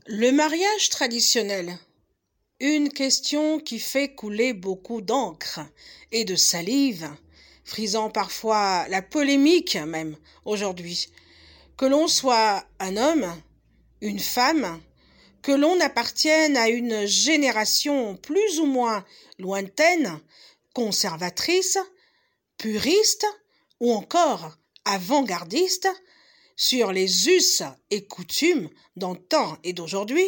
Le mariage traditionnel, une question qui fait couler beaucoup d'encre et de salive, frisant parfois la polémique même aujourd'hui. Que l'on soit un homme, une femme, que l'on appartienne à une génération plus ou moins lointaine, conservatrice, puriste ou encore avant-gardiste, sur les us et coutumes d'antan et d'aujourd'hui,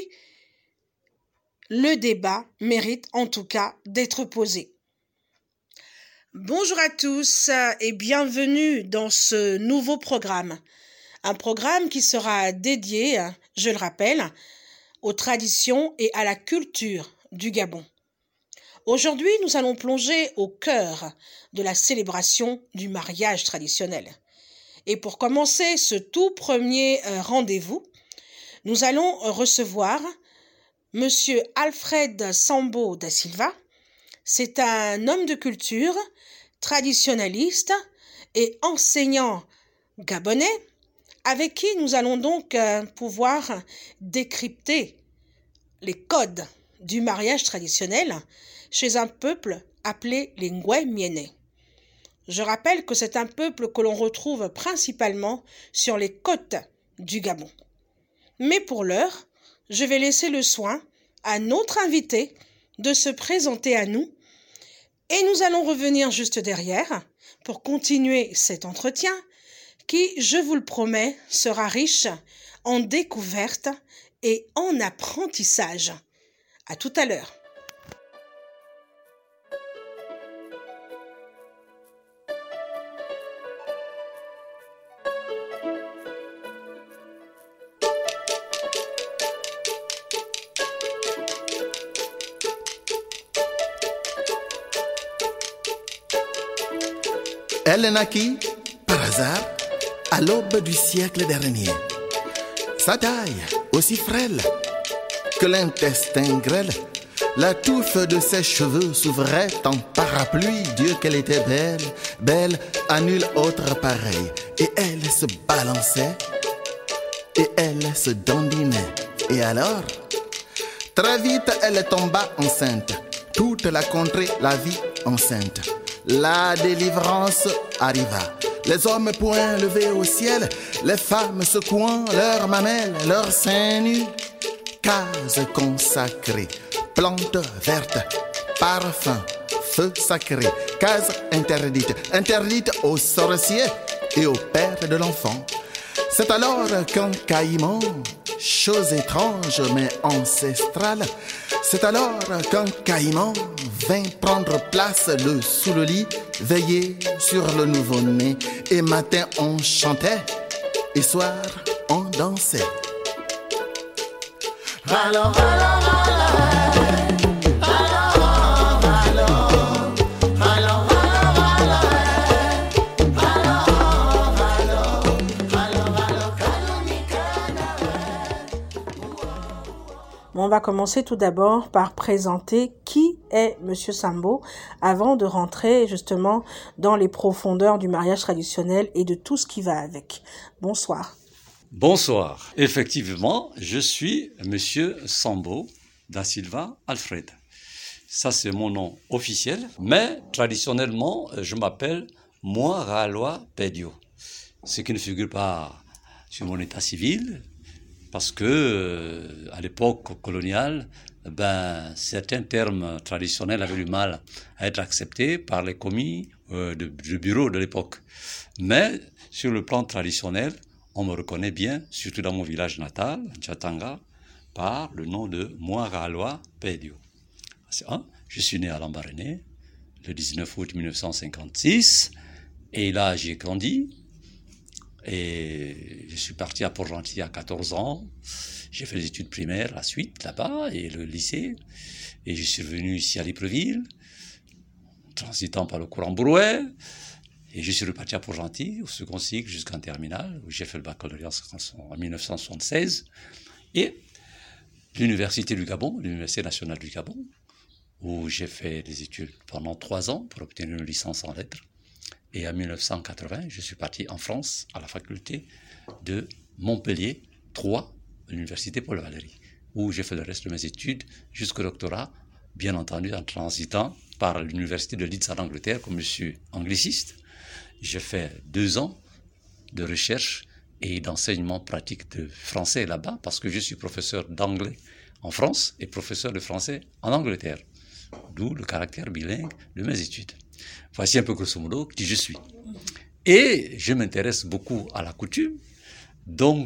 le débat mérite en tout cas d'être posé. Bonjour à tous et bienvenue dans ce nouveau programme. Un programme qui sera dédié, je le rappelle, aux traditions et à la culture du Gabon. Aujourd'hui, nous allons plonger au cœur de la célébration du mariage traditionnel. Et pour commencer ce tout premier rendez-vous, nous allons recevoir Monsieur Alfred Sambo da Silva. C'est un homme de culture, traditionnaliste et enseignant gabonais, avec qui nous allons donc pouvoir décrypter les codes du mariage traditionnel chez un peuple appelé les Ngwemiene. Je rappelle que c'est un peuple que l'on retrouve principalement sur les côtes du Gabon. Mais pour l'heure, je vais laisser le soin à notre invité de se présenter à nous et nous allons revenir juste derrière pour continuer cet entretien qui, je vous le promets, sera riche en découvertes et en apprentissage. À tout à l'heure. Elle naquit, par hasard, à l'aube du siècle dernier. Sa taille, aussi frêle que l'intestin grêle, la touffe de ses cheveux s'ouvrait en parapluie. Dieu qu'elle était belle, belle à nul autre pareil. Et elle se balançait, et elle se dandinait. Et alors, très vite elle tomba enceinte. Toute la contrée la vit enceinte. La délivrance arriva. Les hommes poings levés au ciel, les femmes secouant leurs mamelles, leurs seins nus. Case consacrée, plantes vertes, parfum, feu sacré. Case interdite, interdite aux sorciers et aux pères de l'enfant. C'est alors qu'un caïman, chose étrange mais ancestrale, c'est alors qu'un caïman vint prendre place sous le lit, veiller sur le nouveau-né. Et matin on chantait, et soir on dansait. On va commencer tout d'abord par présenter qui est Monsieur Sambo avant de rentrer justement dans les profondeurs du mariage traditionnel et de tout ce qui va avec. Bonsoir. Bonsoir. Effectivement, je suis Monsieur Sambo da Silva Alfred. Ça, c'est mon nom officiel, mais traditionnellement, je m'appelle Moiraloa Pedio, ce qui ne figure pas sur mon état civil, parce que à l'époque coloniale, certains termes traditionnels avaient du mal à être acceptés par les commis du bureau de l'époque. Mais sur le plan traditionnel, on me reconnaît bien, surtout dans mon village natal, Tchatanga, par le nom de Moiraloa Pedio. Je suis né à Lambaréné le 19 août 1956, et là j'ai grandi. Et je suis parti à Port-Gentil à 14 ans. J'ai fait les études primaires, la suite, là-bas, et le lycée. Et je suis revenu ici à Libreville, transitant par le courant Bourouet. Et je suis reparti à Port-Gentil, au second cycle, jusqu'en terminale, où j'ai fait le baccalauréat en 1976. Et l'Université du Gabon, l'Université nationale du Gabon, où j'ai fait des études pendant 3 ans pour obtenir une licence en lettres. Et en 1980, je suis parti en France, à la faculté de Montpellier 3, l'université Paul Valéry. où j'ai fait le reste de mes études jusqu'au doctorat, bien entendu en transitant par l'université de Leeds en Angleterre, comme je suis angliciste. J'ai fait 2 ans de recherche et d'enseignement pratique de français là-bas, parce que je suis professeur d'anglais en France et professeur de français en Angleterre. D'où le caractère bilingue de mes études. Voici un peu grosso modo qui je suis. Et je m'intéresse beaucoup à la coutume, donc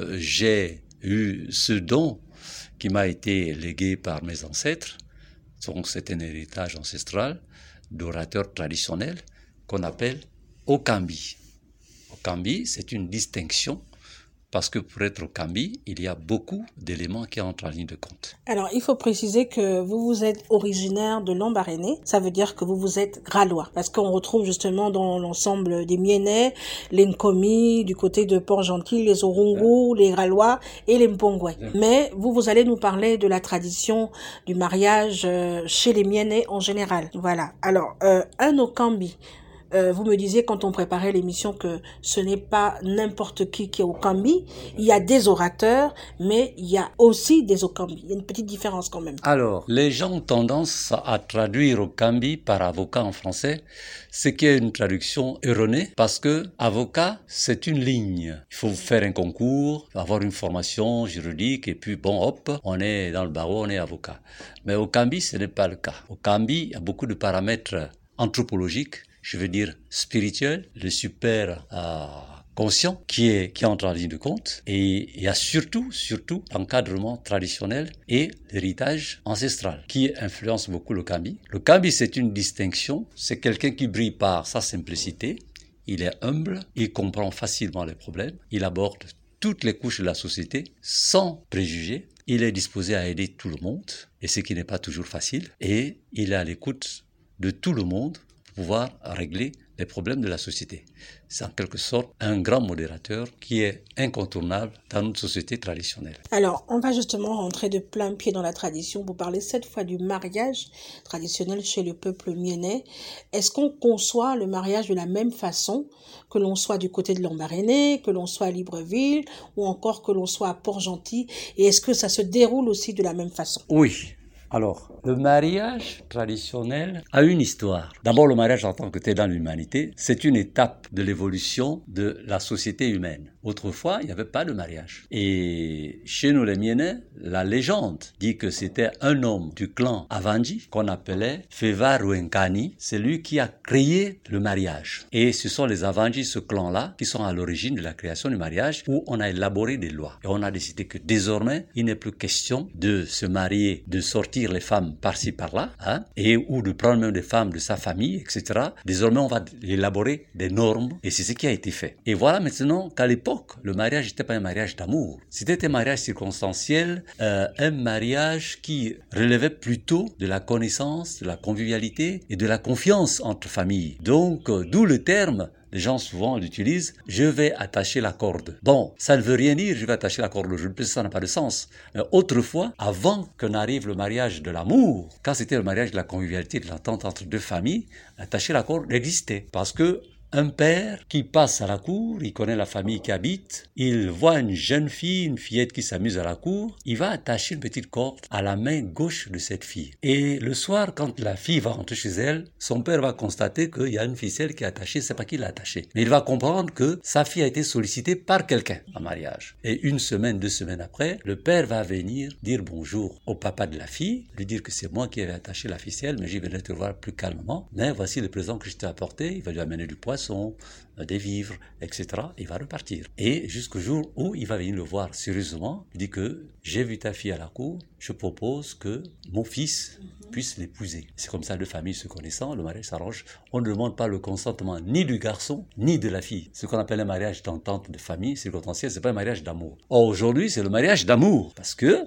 j'ai eu ce don qui m'a été légué par mes ancêtres. Donc c'est un héritage ancestral d'orateurs traditionnels qu'on appelle Okambi. Okambi, c'est une distinction parce que pour être Okambi, il y a beaucoup d'éléments qui entrent en ligne de compte. Alors, il faut préciser que vous êtes originaire de Lambaréné. Ça veut dire que vous êtes Grallois. Parce qu'on retrouve justement dans l'ensemble des Mienais, les Nkomi, du côté de Port-Gentil, les Orungu, les Grallois et les Mpongwe. Mais vous allez nous parler de la tradition du mariage chez les Mienais en général. Voilà. Alors, un Okambi. Vous me disiez quand on préparait l'émission que ce n'est pas n'importe qui est Okambi. Il y a des orateurs, mais il y a aussi des Okambi. Il y a une petite différence quand même. Alors, les gens ont tendance à traduire Okambi par avocat en français, ce qui est une traduction erronée, parce que avocat, c'est une ligne. Il faut faire un concours, avoir une formation juridique, et puis bon, hop, on est dans le barreau, on est avocat. Mais Okambi, ce n'est pas le cas. Okambi a beaucoup de paramètres anthropologiques, je veux dire spirituel, le super conscient qui entre en ligne de compte, et il y a surtout l'encadrement traditionnel et l'héritage ancestral qui influence beaucoup le Kambi. Le Kambi, c'est une distinction, c'est quelqu'un qui brille par sa simplicité, il est humble, il comprend facilement les problèmes, il aborde toutes les couches de la société sans préjugés, il est disposé à aider tout le monde, et ce qui n'est pas toujours facile, et il est à l'écoute de tout le monde pouvoir régler les problèmes de la société. C'est en quelque sorte un grand modérateur qui est incontournable dans notre société traditionnelle. Alors, on va justement rentrer de plein pied dans la tradition. Vous parlez cette fois du mariage traditionnel chez le peuple miennais. Est-ce qu'on conçoit le mariage de la même façon que l'on soit du côté de Lambaréné, que l'on soit à Libreville ou encore que l'on soit à Port-Gentil? Et est-ce que ça se déroule aussi de la même façon? Oui. Alors, le mariage traditionnel a une histoire. D'abord, le mariage en tant que tel dans l'humanité, c'est une étape de l'évolution de la société humaine. Autrefois, il n'y avait pas de mariage. Et chez nous les Mienais, la légende dit que c'était un homme du clan Avanji qu'on appelait Feva Ruenkani. C'est lui qui a créé le mariage. Et ce sont les Avanji, ce clan-là, qui sont à l'origine de la création du mariage, où on a élaboré des lois. Et on a décidé que désormais, il n'est plus question de se marier, de sortir les femmes par-ci par-là, ou de prendre même des femmes de sa famille, etc. Désormais, on va élaborer des normes, et c'est ce qui a été fait. Et voilà maintenant qu'à l'époque, le mariage n'était pas un mariage d'amour. C'était un mariage circonstanciel, un mariage qui relevait plutôt de la connaissance, de la convivialité et de la confiance entre familles. Donc, d'où le terme. Les gens souvent l'utilisent, je vais attacher la corde. Bon, ça ne veut rien dire, je vais attacher la corde aujourd'hui, ça n'a pas de sens. Mais autrefois, avant que n'arrive le mariage de l'amour, quand c'était le mariage de la convivialité, de l'entente entre deux familles, attacher la corde existait. Parce que un père qui passe à la cour, il connaît la famille qui habite, il voit une jeune fille, une fillette qui s'amuse à la cour, il va attacher une petite corde à la main gauche de cette fille. Et le soir, quand la fille va rentrer chez elle, son père va constater qu'il y a une ficelle qui est attachée, c'est pas qui l'a attachée. Mais il va comprendre que sa fille a été sollicitée par quelqu'un en mariage. Et 1 semaine, 2 semaines après, le père va venir dire bonjour au papa de la fille, lui dire que c'est moi qui avais attaché la ficelle, mais j'y venais te voir plus calmement. Mais voici le présent que je t'ai apporté, il va lui amener du poisson, des vivres, etc. Il va repartir. Et jusqu'au jour où il va venir le voir sérieusement, il dit que j'ai vu ta fille à la cour, je propose que mon fils puisse l'épouser. C'est comme ça, deux familles se connaissant, le mariage s'arrange. On ne demande pas le consentement ni du garçon, ni de la fille. Ce qu'on appelle un mariage d'entente de famille circonstanciel, c'est pas un mariage d'amour. Or, aujourd'hui, c'est le mariage d'amour. Parce que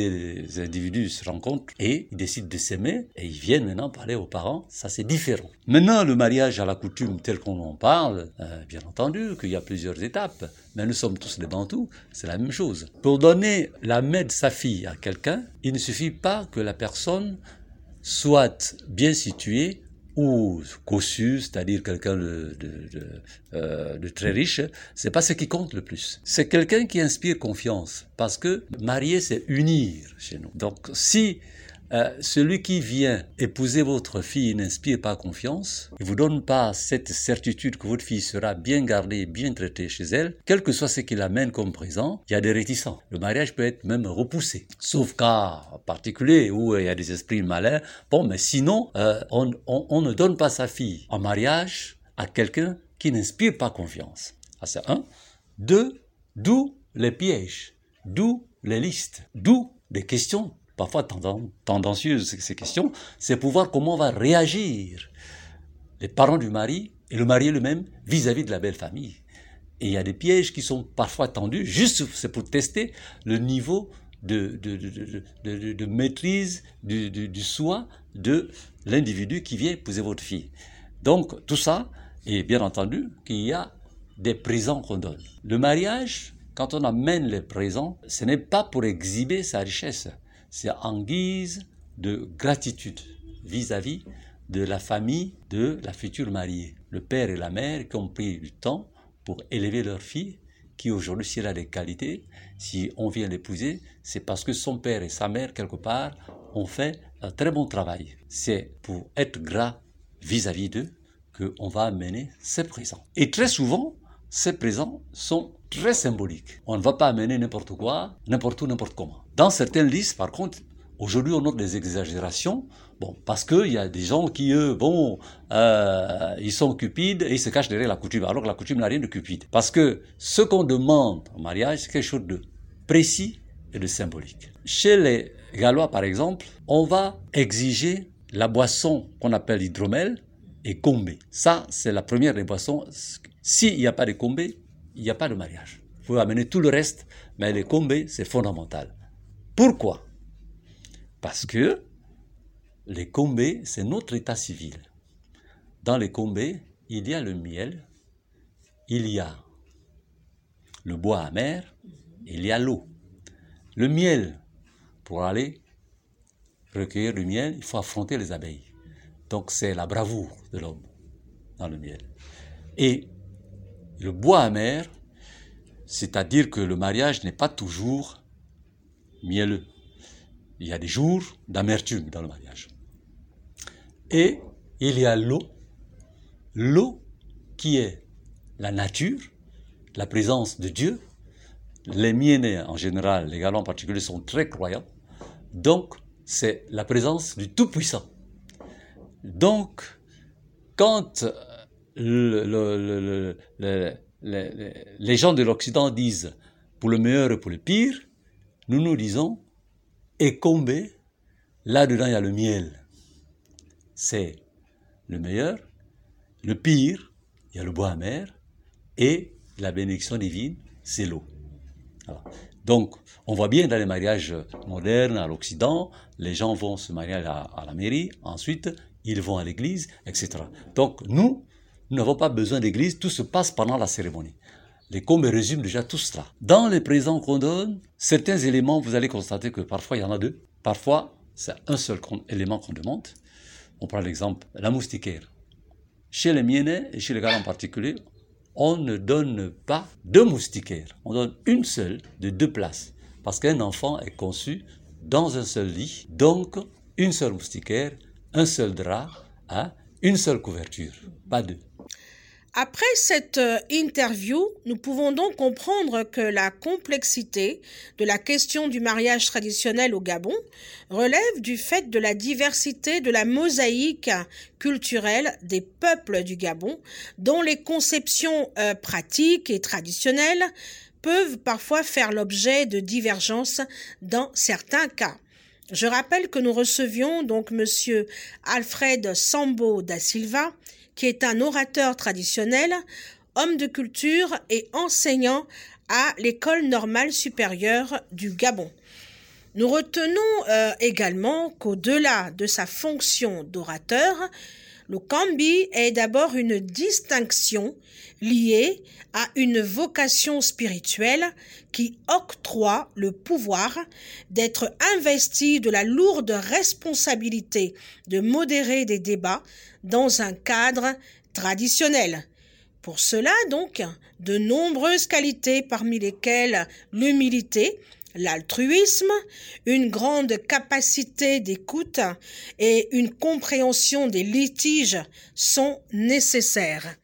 2 individus se rencontrent et ils décident de s'aimer et ils viennent maintenant parler aux parents. Ça, c'est différent. Maintenant, le mariage à la coutume tel qu'on en parle, bien entendu qu'il y a plusieurs étapes. Mais nous sommes tous des Bantous, c'est la même chose. Pour donner la main de sa fille à quelqu'un, il ne suffit pas que la personne soit bien située ou cossu, c'est-à-dire quelqu'un de très riche, c'est pas ce qui compte le plus. C'est quelqu'un qui inspire confiance, parce que marier, c'est unir chez nous. Donc, si celui qui vient épouser votre fille n'inspire pas confiance, il vous donne pas cette certitude que votre fille sera bien gardée, bien traitée chez elle, quel que soit ce qu'il amène comme présent, il y a des réticents. Le mariage peut être même repoussé, sauf cas particulier où il y a des esprits malins. Bon, mais sinon, on ne donne pas sa fille en mariage à quelqu'un qui n'inspire pas confiance. Ça, c'est un. Deux, d'où les pièges, d'où les listes, d'où des questions parfois tendancieuses, ces questions, c'est pour voir comment on va réagir les parents du mari et le marié lui-même vis-à-vis de la belle famille. Et il y a des pièges qui sont parfois tendus, juste c'est pour tester le niveau de maîtrise du soi de l'individu qui vient épouser votre fille. Donc tout ça, et bien entendu qu'il y a des présents qu'on donne. Le mariage, quand on amène les présents, ce n'est pas pour exhiber sa richesse, c'est en guise de gratitude vis-à-vis de la famille de la future mariée. Le père et la mère qui ont pris du temps pour élever leur fille, qui aujourd'hui, si elle a des qualités, si on vient l'épouser, c'est parce que son père et sa mère, quelque part, ont fait un très bon travail. C'est pour être gras vis-à-vis d'eux qu'on va amener ces présents. Et très souvent, ces présents sont très symboliques. On ne va pas amener n'importe quoi, n'importe où, n'importe comment. Dans certaines listes, par contre, aujourd'hui, on note des exagérations. Bon, parce qu'il y a des gens qui, eux, ils sont cupides et ils se cachent derrière la coutume, alors que la coutume n'a rien de cupide. Parce que ce qu'on demande en mariage, c'est quelque chose de précis et de symbolique. Chez les Gallois, par exemple, on va exiger la boisson qu'on appelle hydromel et combé. Ça, c'est la première des boissons. S'il n'y a pas de combé, il n'y a pas de mariage. Vous pouvez amener tout le reste, mais les combés, c'est fondamental. Pourquoi? Parce que les combés, c'est notre état civil. Dans les combés, il y a le miel, il y a le bois amer, il y a l'eau. Le miel, pour aller recueillir du miel, il faut affronter les abeilles. Donc c'est la bravoure de l'homme dans le miel. Et le bois amer, c'est-à-dire que le mariage n'est pas toujours mielleux. Il y a des jours d'amertume dans le mariage. Et il y a l'eau qui est la nature, la présence de Dieu. Les Miennais en général, les Gallois en particulier, sont très croyants. Donc, c'est la présence du Tout-Puissant. Donc, quand les gens de l'Occident disent pour le meilleur et pour le pire, nous disons et combé, là-dedans il y a le miel. C'est le meilleur, le pire, il y a le bois amer, et la bénédiction divine, c'est l'eau. Voilà. Donc, on voit bien dans les mariages modernes à l'Occident, les gens vont se marier à la mairie, ensuite ils vont à l'église, etc. Donc, nous n'avons pas besoin d'église, tout se passe pendant la cérémonie. Les combes résument déjà tout cela. Dans les présents qu'on donne, certains éléments, vous allez constater que parfois il y en a deux, parfois c'est un seul élément qu'on demande. On prend l'exemple, la moustiquaire. Chez les Miennais et chez les Gallois en particulier, on ne donne pas deux moustiquaires, on donne une seule de 2 places. Parce qu'un enfant est conçu dans un seul lit, donc une seule moustiquaire, un seul drap, une seule couverture, pas 2. Après cette interview, nous pouvons donc comprendre que la complexité de la question du mariage traditionnel au Gabon relève du fait de la diversité de la mosaïque culturelle des peuples du Gabon, dont les conceptions pratiques et traditionnelles peuvent parfois faire l'objet de divergences dans certains cas. Je rappelle que nous recevions donc Monsieur Alfred Sambo da Silva, qui est un orateur traditionnel, homme de culture et enseignant à l'École normale supérieure du Gabon. Nous retenons également qu'au-delà de sa fonction d'orateur, Le kambi est d'abord une distinction liée à une vocation spirituelle qui octroie le pouvoir d'être investi de la lourde responsabilité de modérer des débats dans un cadre traditionnel. Pour cela, donc, de nombreuses qualités parmi lesquelles l'humilité, l'altruisme, une grande capacité d'écoute et une compréhension des litiges sont nécessaires.